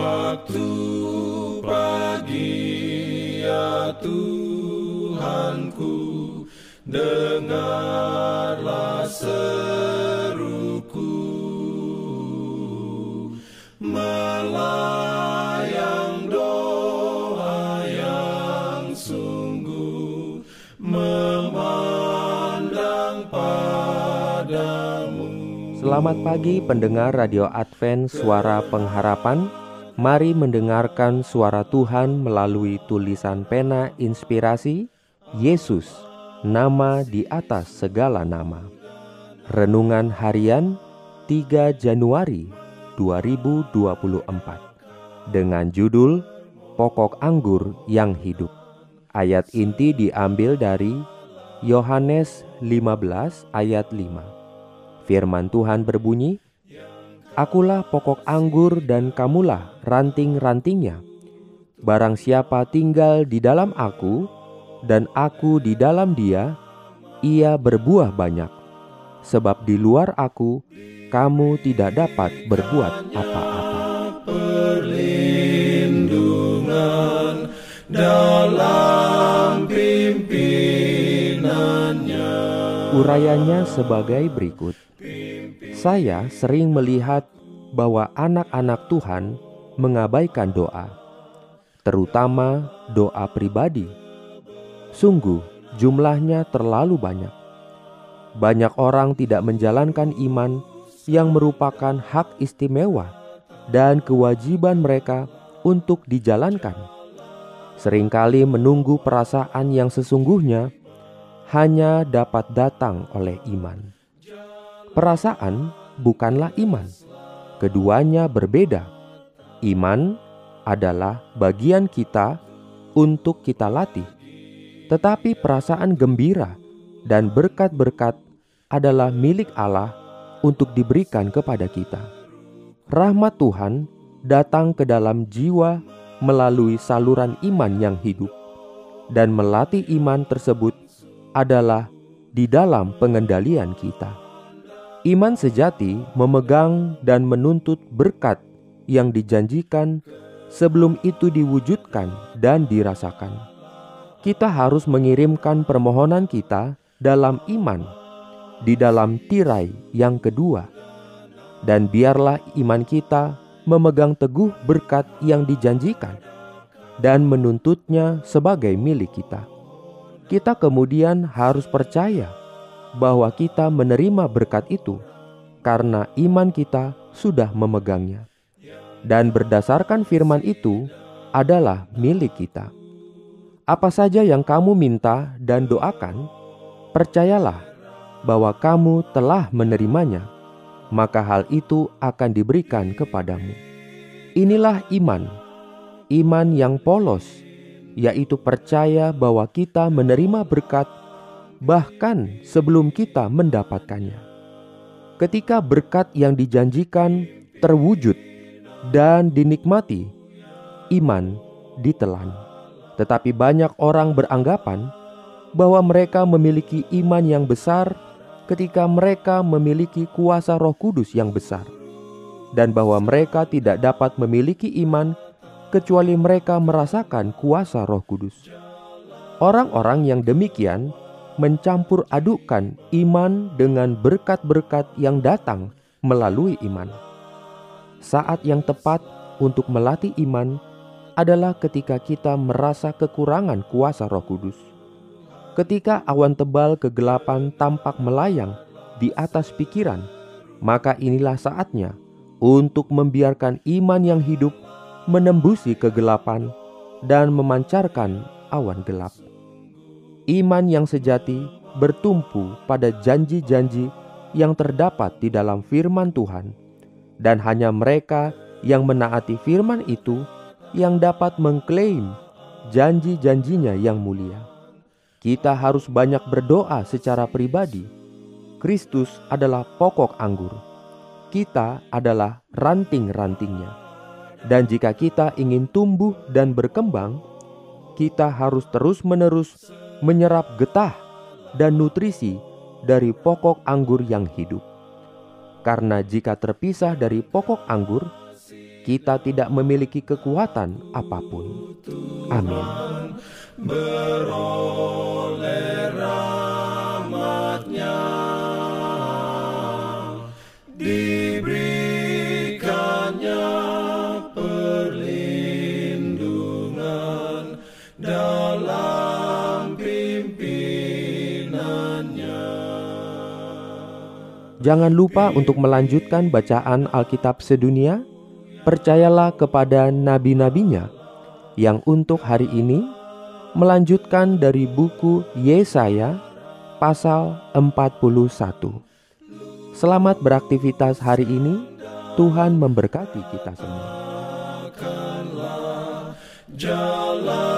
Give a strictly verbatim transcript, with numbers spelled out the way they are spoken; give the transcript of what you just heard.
Waktu pagi ya Tuhanku, dengarlah seruku, melayang doa yang sungguh, memandang padamu. Selamat pagi pendengar Radio Advent Suara Pengharapan. Mari mendengarkan suara Tuhan melalui tulisan pena inspirasi Yesus, nama di atas segala nama. Renungan harian tiga Januari dua ribu dua puluh empat dengan judul Pokok Anggur yang Hidup. Ayat inti diambil dari Yohanes lima belas ayat lima. Firman Tuhan berbunyi, Akulah pokok anggur dan kamulah ranting-rantingnya. Barang siapa tinggal di dalam aku dan aku di dalam dia, ia berbuah banyak. Sebab di luar aku, kamu tidak dapat berbuat apa-apa. Perlindungan dalam pimpinannya. Urayanya sebagai berikut. Saya sering melihat bahwa anak-anak Tuhan mengabaikan doa, terutama doa pribadi. Sungguh, jumlahnya terlalu banyak. Banyak orang tidak menjalankan iman yang merupakan hak istimewa dan kewajiban mereka untuk dijalankan. Seringkali menunggu perasaan yang sesungguhnya hanya dapat datang oleh iman. Perasaan bukanlah iman. Keduanya berbeda. Iman adalah bagian kita untuk kita latih. Tetapi perasaan gembira dan berkat-berkat adalah milik Allah untuk diberikan kepada kita. Rahmat Tuhan datang ke dalam jiwa melalui saluran iman yang hidup. Dan melatih iman tersebut adalah di dalam pengendalian kita. Iman sejati memegang dan menuntut berkat yang dijanjikan sebelum itu diwujudkan dan dirasakan. Kita harus mengirimkan permohonan kita dalam iman di dalam tirai yang kedua. Dan biarlah iman kita memegang teguh berkat yang dijanjikan dan menuntutnya sebagai milik kita. Kita kemudian harus percaya bahwa kita menerima berkat itu karena iman kita sudah memegangnya. Dan berdasarkan firman itu adalah milik kita. Apa saja yang kamu minta dan doakan, percayalah bahwa kamu telah menerimanya, maka hal itu akan diberikan kepadamu. Inilah iman, iman yang polos, yaitu percaya bahwa kita menerima berkat bahkan sebelum kita mendapatkannya. Ketika berkat yang dijanjikan terwujud dan dinikmati, iman ditelan. Tetapi banyak orang beranggapan bahwa mereka memiliki iman yang besar ketika mereka memiliki kuasa Roh Kudus yang besar, dan bahwa mereka tidak dapat memiliki iman kecuali mereka merasakan kuasa Roh Kudus. Orang-orang yang demikian mencampur adukkan iman dengan berkat-berkat yang datang melalui iman. Saat yang tepat untuk melatih iman adalah ketika kita merasa kekurangan kuasa Roh Kudus. Ketika awan tebal kegelapan tampak melayang di atas pikiran, maka inilah saatnya untuk membiarkan iman yang hidup menembusi kegelapan dan memancarkan awan gelap. Iman yang sejati bertumpu pada janji-janji yang terdapat di dalam firman Tuhan, dan hanya mereka yang menaati firman itu yang dapat mengklaim janji-janjinya yang mulia. Kita harus banyak berdoa secara pribadi. Kristus adalah pokok anggur. Kita adalah ranting-rantingnya. Dan jika kita ingin tumbuh dan berkembang, kita harus terus-menerus menyerap getah dan nutrisi dari pokok anggur yang hidup. Karena jika terpisah dari pokok anggur, kita tidak memiliki kekuatan apapun. Amin. Beroleh rahmat-Nya, diberikannya perlindungan dalam pimpinannya. Jangan lupa untuk melanjutkan bacaan Alkitab sedunia. Percayalah kepada nabi-nabinya yang untuk hari ini melanjutkan dari buku Yesaya pasal empat puluh satu. Selamat beraktivitas hari ini. Tuhan memberkati kita semua. Jalan